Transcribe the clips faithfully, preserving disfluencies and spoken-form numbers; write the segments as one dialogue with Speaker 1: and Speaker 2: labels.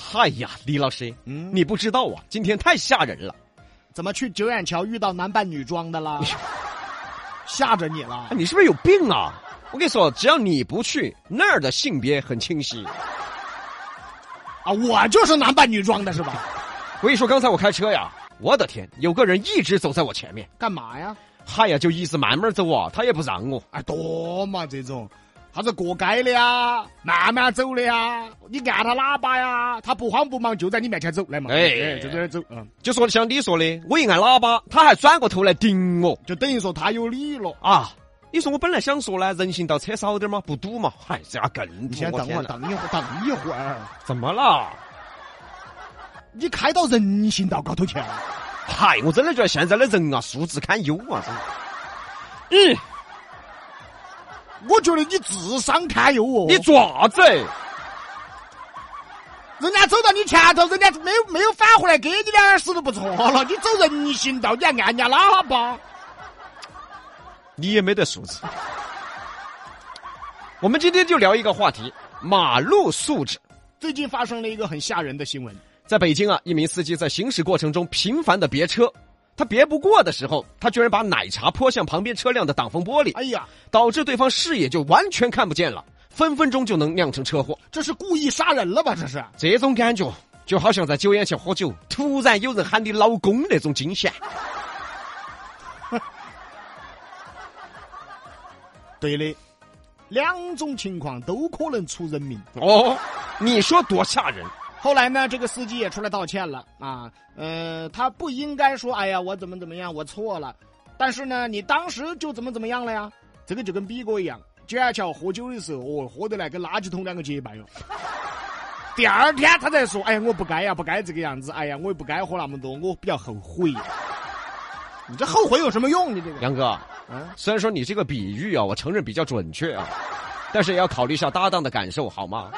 Speaker 1: 嗨呀，李老师，
Speaker 2: 嗯，
Speaker 1: 你不知道啊，今天太吓人了。
Speaker 2: 怎么去九眼桥遇到男扮女装的了？吓着你了？
Speaker 1: 你是不是有病啊？我跟你说，只要你不去，那儿的性别很清晰。
Speaker 2: 啊，我就是男扮女装的是吧？
Speaker 1: 我跟你说，刚才我开车呀，我的天，有个人一直走在我前面，
Speaker 2: 干嘛呀？
Speaker 1: 嗨呀，就一直慢慢走啊，他也不让我。
Speaker 2: 哎，多嘛这种，他是过街的呀，慢慢走的呀，你按他喇叭呀，他不慌不忙就在你面前走来嘛，
Speaker 1: 哎
Speaker 2: 就在那走，嗯，
Speaker 1: 就说像你说的，我一按喇叭，他还转过头来顶我，
Speaker 2: 就等于说他有理了
Speaker 1: 啊。你说我本来想说呢，人行道车少点嘛，不堵嘛，嗨，这样更堵。
Speaker 2: 你先等会儿，等一会儿，等一会儿，
Speaker 1: 怎么了？
Speaker 2: 你开到人行道高头去了？
Speaker 1: 嗨，我真的觉得现在的人啊，素质堪忧啊，真的。嗯，
Speaker 2: 我觉得你智商堪忧哦。
Speaker 1: 你爪子？
Speaker 2: 人家走到你前头，人家没有没有返回来给你两耳屎都不错了。你走人行道，你还按人家喇叭，
Speaker 1: 你也没得素质。我们今天就聊一个话题：马路素质。
Speaker 2: 最近发生了一个很吓人的新闻。
Speaker 1: 在北京啊，一名司机在行驶过程中频繁的别车，他别不过的时候，他居然把奶茶泼向旁边车辆的挡风玻璃，
Speaker 2: 哎呀，
Speaker 1: 导致对方视野就完全看不见了，分分钟就能酿成车祸。
Speaker 2: 这是故意杀人了吧？这是
Speaker 1: 这种感觉就好像在酒宴前喝酒，突然有人喊你老公那种惊险。
Speaker 2: 对的，两种情况都可能出人命。
Speaker 1: 哦，你说多吓人。
Speaker 2: 后来呢，这个司机也出来道歉了啊，呃，他不应该说，哎呀，我怎么怎么样，我错了。但是呢，你当时就怎么怎么样了呀？这个就跟比哥一样，九眼桥喝酒的时候，哦，喝得来跟垃圾桶两个结拜哟。第二天他才说，哎呀，我不该呀，不该这个样子，哎呀，我也不该喝那么多，我比较后悔。你这后悔有什么用？你这个
Speaker 1: 杨哥，
Speaker 2: 嗯，
Speaker 1: 虽然说你这个比喻啊，我承认比较准确啊，但是也要考虑一下搭档的感受，好吗？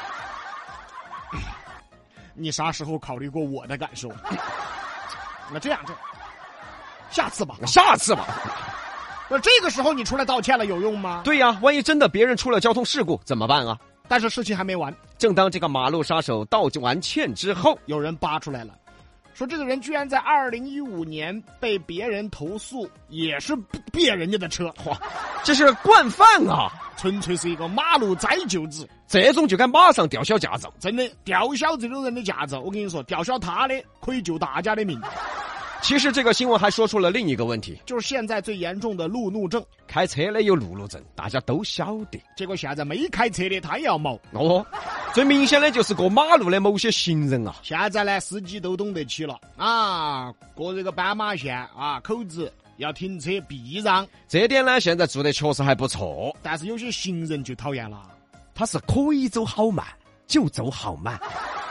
Speaker 2: 你啥时候考虑过我的感受？那这样这样，下次吧，
Speaker 1: 下次吧。
Speaker 2: 那这个时候你出来道歉了有用吗？
Speaker 1: 对呀，万一真的别人出了交通事故怎么办啊？
Speaker 2: 但是事情还没完，
Speaker 1: 正当这个马路杀手道完歉之后，
Speaker 2: 有人扒出来了，说这个人居然在二零一五年被别人投诉，也是别人家的车，
Speaker 1: 哇，这是惯犯啊！
Speaker 2: 纯粹是一个马路栽旧子，
Speaker 1: 这种就该马上吊销驾照。
Speaker 2: 真的，吊销这种人的驾照，我跟你说，吊销他的可以救大家的命。
Speaker 1: 其实这个新闻还说出了另一个问题，
Speaker 2: 就是现在最严重的路怒症。
Speaker 1: 开车的有路怒症，大家都晓得，
Speaker 2: 结果现在没开车的他也要毛。
Speaker 1: 哦，最明显的就是过马路的某些行人啊。
Speaker 2: 现在呢，司机都懂得起了啊，过这个斑马线啊，口子要停车避让，
Speaker 1: 这点呢现在做得确实还不错。
Speaker 2: 但是有些行人就讨厌了，
Speaker 1: 他是可以走好慢就走好慢，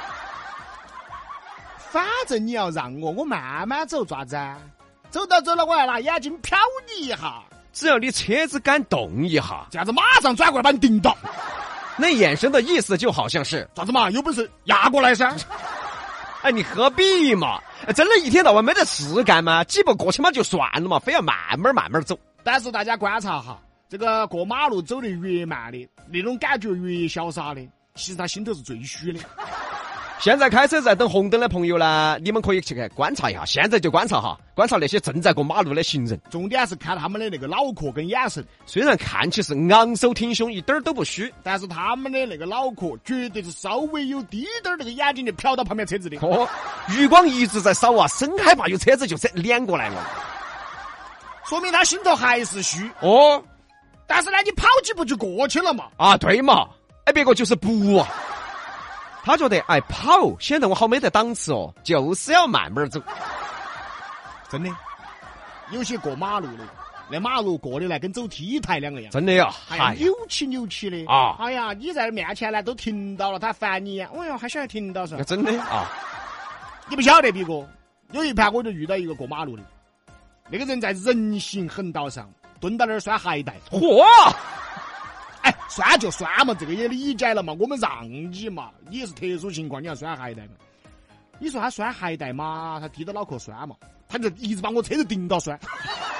Speaker 2: 反正你要让我，我慢慢走，爪子走到走了我要拿眼睛瞟你一下，
Speaker 1: 只要你车子敢动一下，
Speaker 2: 这样子马上转过来把你顶到。
Speaker 1: 那眼神的意思就好像是
Speaker 2: 爪子嘛，有本事压过来噻。
Speaker 1: 哎，你何必嘛？真的一天到晚没得事干嘛？挤不过去嘛就算了嘛，非要慢慢慢慢走。
Speaker 2: 但是大家观察哈，这个过马路走得越慢的，那种感觉越潇洒的，其实他心头是最虚的。
Speaker 1: 现在开车在等红灯的朋友呢，你们可以去观察一下，现在就观察哈，观察那些正在过马路的行人，
Speaker 2: 重点是看他们的那个脑壳跟眼神。
Speaker 1: 虽然看起是昂首挺胸，一点儿都不虚，
Speaker 2: 但是他们的那个脑壳绝对是稍微有低点儿那个眼睛就瞟到旁边车子的。
Speaker 1: 哦，余光一直在扫啊，生害怕有车子就碾过来了，
Speaker 2: 说明他心头还是虚。
Speaker 1: 哦，
Speaker 2: 但是呢，你跑几步就过去了嘛。
Speaker 1: 啊，对嘛，哎，别个就是不啊。他觉得哎跑显得我好没得档次哦，就是要慢慢走。
Speaker 2: 真的，有些过马路的，那马路过得来跟走 T 台两个样。
Speaker 1: 真的呀，
Speaker 2: 哎呀，扭起扭起的
Speaker 1: 啊！
Speaker 2: 哎呀，你在面前呢都停到了，他烦你，哎呦，还晓得停到是吧？
Speaker 1: 真的啊！
Speaker 2: 你不晓得，比哥，有一盘我就遇到一个过马路的，那个人在人行横道上蹲到那儿拴鞋带，
Speaker 1: 嚯！
Speaker 2: 哎，拴就拴嘛，这个也理解了嘛，我们让你嘛，你也是特殊情况，你要拴鞋带嘛。你说他拴鞋带嘛，他低着脑壳拴嘛，他就一直把我车子顶到拴。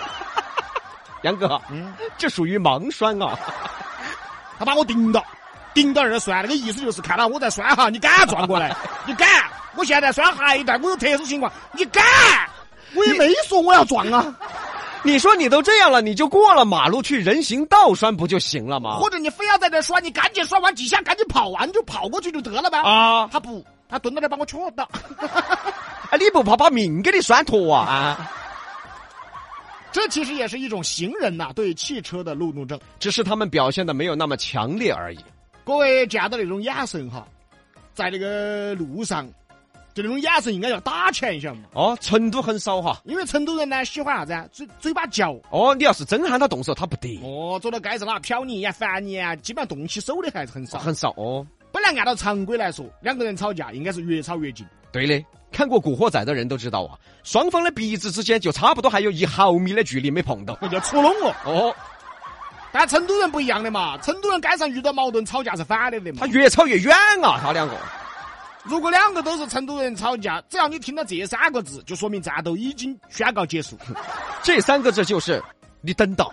Speaker 1: 杨哥，嗯，这属于盲拴啊！
Speaker 2: 他把我顶到， 顶到那儿算，那个意思就是看到我在拴哈，你敢撞过来？你敢？我现在拴下一段，我有特殊情况，你敢？我也没说我要撞啊。
Speaker 1: 你说你都这样了，你就过了马路去人行道拴不就行了吗？
Speaker 2: 或者你非要在这拴，你赶紧拴完几下，赶紧跑完就跑过去就得了呗。
Speaker 1: 啊，
Speaker 2: 他不，他蹲到那儿把我戳到。
Speaker 1: 哎，你不怕把命给你拴脱啊？啊，
Speaker 2: 这其实也是一种行人呐、啊、对汽车的路怒症，
Speaker 1: 只是他们表现的没有那么强烈而已。
Speaker 2: 各位见到那种眼神哈，在那个路上。就那种眼神应该要打钱一下嘛。
Speaker 1: 哦，成都很少哈，
Speaker 2: 因为成都人呢喜欢啥子啊？嘴嘴巴嚼。
Speaker 1: 哦，你要是真喊他动手，他不得。
Speaker 2: 哦，走到街上啦，瞟你一眼、烦你啊，基本上动起手的还是很少。
Speaker 1: 很少哦。
Speaker 2: 本来按照常规来说，两个人吵架应该是越吵越近。
Speaker 1: 对的，看过《古惑仔》的人都知道啊，双方的鼻子之间就差不多还有一毫米的距离没碰到，
Speaker 2: 那叫戳窿哦。
Speaker 1: 哦，
Speaker 2: 但成都人不一样的嘛，成都人街上遇到矛盾吵架是反的的嘛。
Speaker 1: 他越吵越远啊，他两个。
Speaker 2: 如果两个都是成都人吵架，只要你听到这三个字，就说明战斗已经宣告结束。
Speaker 1: 这三个字就是你等到，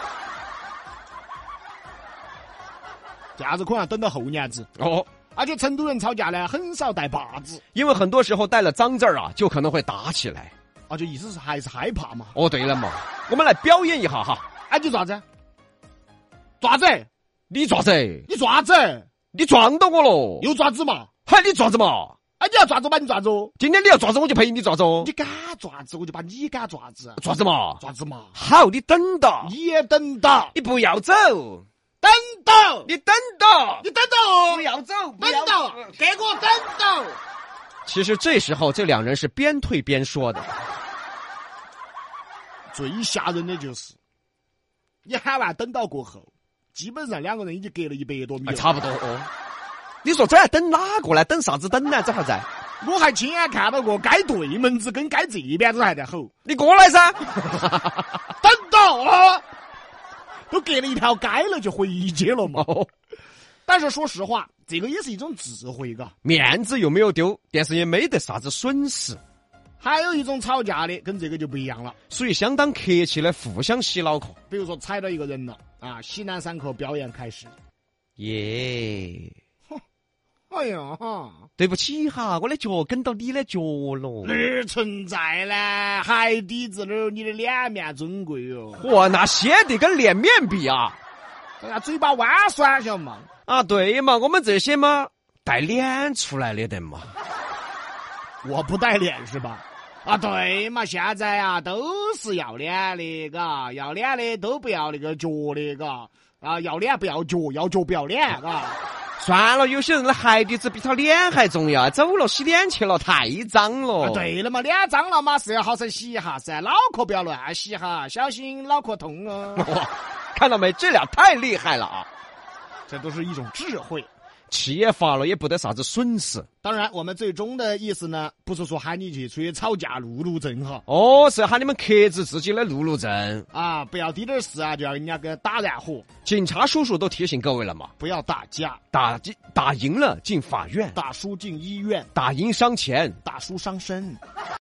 Speaker 2: 这样子可能要等到后年子
Speaker 1: 哦。
Speaker 2: 而且成都人吵架呢，很少带把子，
Speaker 1: 因为很多时候带了脏字儿啊，就可能会打起来。
Speaker 2: 啊，就意思是还是害怕嘛。
Speaker 1: 哦，对了嘛，我们来表演一下哈。
Speaker 2: 哎，你爪子？爪子？
Speaker 1: 你爪子？
Speaker 2: 你爪子？
Speaker 1: 你撞到我了？
Speaker 2: 有爪子嘛？
Speaker 1: 嗨，你爪子嘛？
Speaker 2: 哎，你要爪子吧？你爪子哦。
Speaker 1: 今天你要爪子，我就陪你爪子哦。
Speaker 2: 你敢爪子，我就把你敢爪子。
Speaker 1: 爪子嘛？
Speaker 2: 爪子嘛？
Speaker 1: 好，你等到。
Speaker 2: 你也等到。
Speaker 1: 你不要走。
Speaker 2: 等到。
Speaker 1: 你等到。
Speaker 2: 你等到。
Speaker 1: 不要走。
Speaker 2: 等到。给我等到。
Speaker 1: 其实这时候这两人是边退边说的。
Speaker 2: 最吓人的就是，你喊完等到过后，基本上两个人已经隔了一百多米了、
Speaker 1: 哎、差不多哦。你说这还等哪个呢？等啥子等呢？这还在？
Speaker 2: 我还亲眼看到过街对门子跟街这边子还在吼。
Speaker 1: 你过来噻。
Speaker 2: 等到啊，都隔了一条街了，就回街了嘛。
Speaker 1: 哦、
Speaker 2: 但是说实话，这个也是一种智慧，嘎。
Speaker 1: 面子又没有丢，但是也没得啥子损失。
Speaker 2: 还有一种吵架的，跟这个就不一样了，
Speaker 1: 属于相当客气的互相洗脑壳。
Speaker 2: 比如说踩到一个人了啊，西南三口表演开始。
Speaker 1: 耶。
Speaker 2: 哎呀哈，
Speaker 1: 对不起哈，我的脚跟到你的脚了。
Speaker 2: 哪存在呢？海底子那你的脸面尊贵哦。
Speaker 1: 嚯，那些得跟脸面比啊！
Speaker 2: 哎呀，嘴巴弯酸晓得嘛？
Speaker 1: 啊，对嘛，我们这些嘛带脸出来的的嘛。
Speaker 2: 我不带脸是吧？啊，对嘛，现在啊都是要脸的，嘎，要脸的都不要那个脚的，嘎，啊，要脸不要脚，要脚不要脸，嘎。
Speaker 1: 算了，有些人的海底子比他脸还重要，走了洗脸去了，太脏了。
Speaker 2: 啊、对了嘛，脸脏了嘛是要好生洗一下噻，脑壳不要乱洗哈，小心脑壳痛哦。
Speaker 1: 哇，看到没，这俩太厉害了啊！
Speaker 2: 这都是一种智慧。
Speaker 1: 气也发了，也不得啥子损失。
Speaker 2: 当然，我们最终的意思呢，不是说喊你去出去吵架、路怒症哈。
Speaker 1: 哦，是喊你们克制自己的路怒症
Speaker 2: 啊，不要滴点事啊，就要人家给打燃火。
Speaker 1: 警察叔叔都提醒各位了嘛，
Speaker 2: 不要打架，
Speaker 1: 打打赢了进法院，
Speaker 2: 打输进医院，
Speaker 1: 打赢伤钱，
Speaker 2: 打输伤身。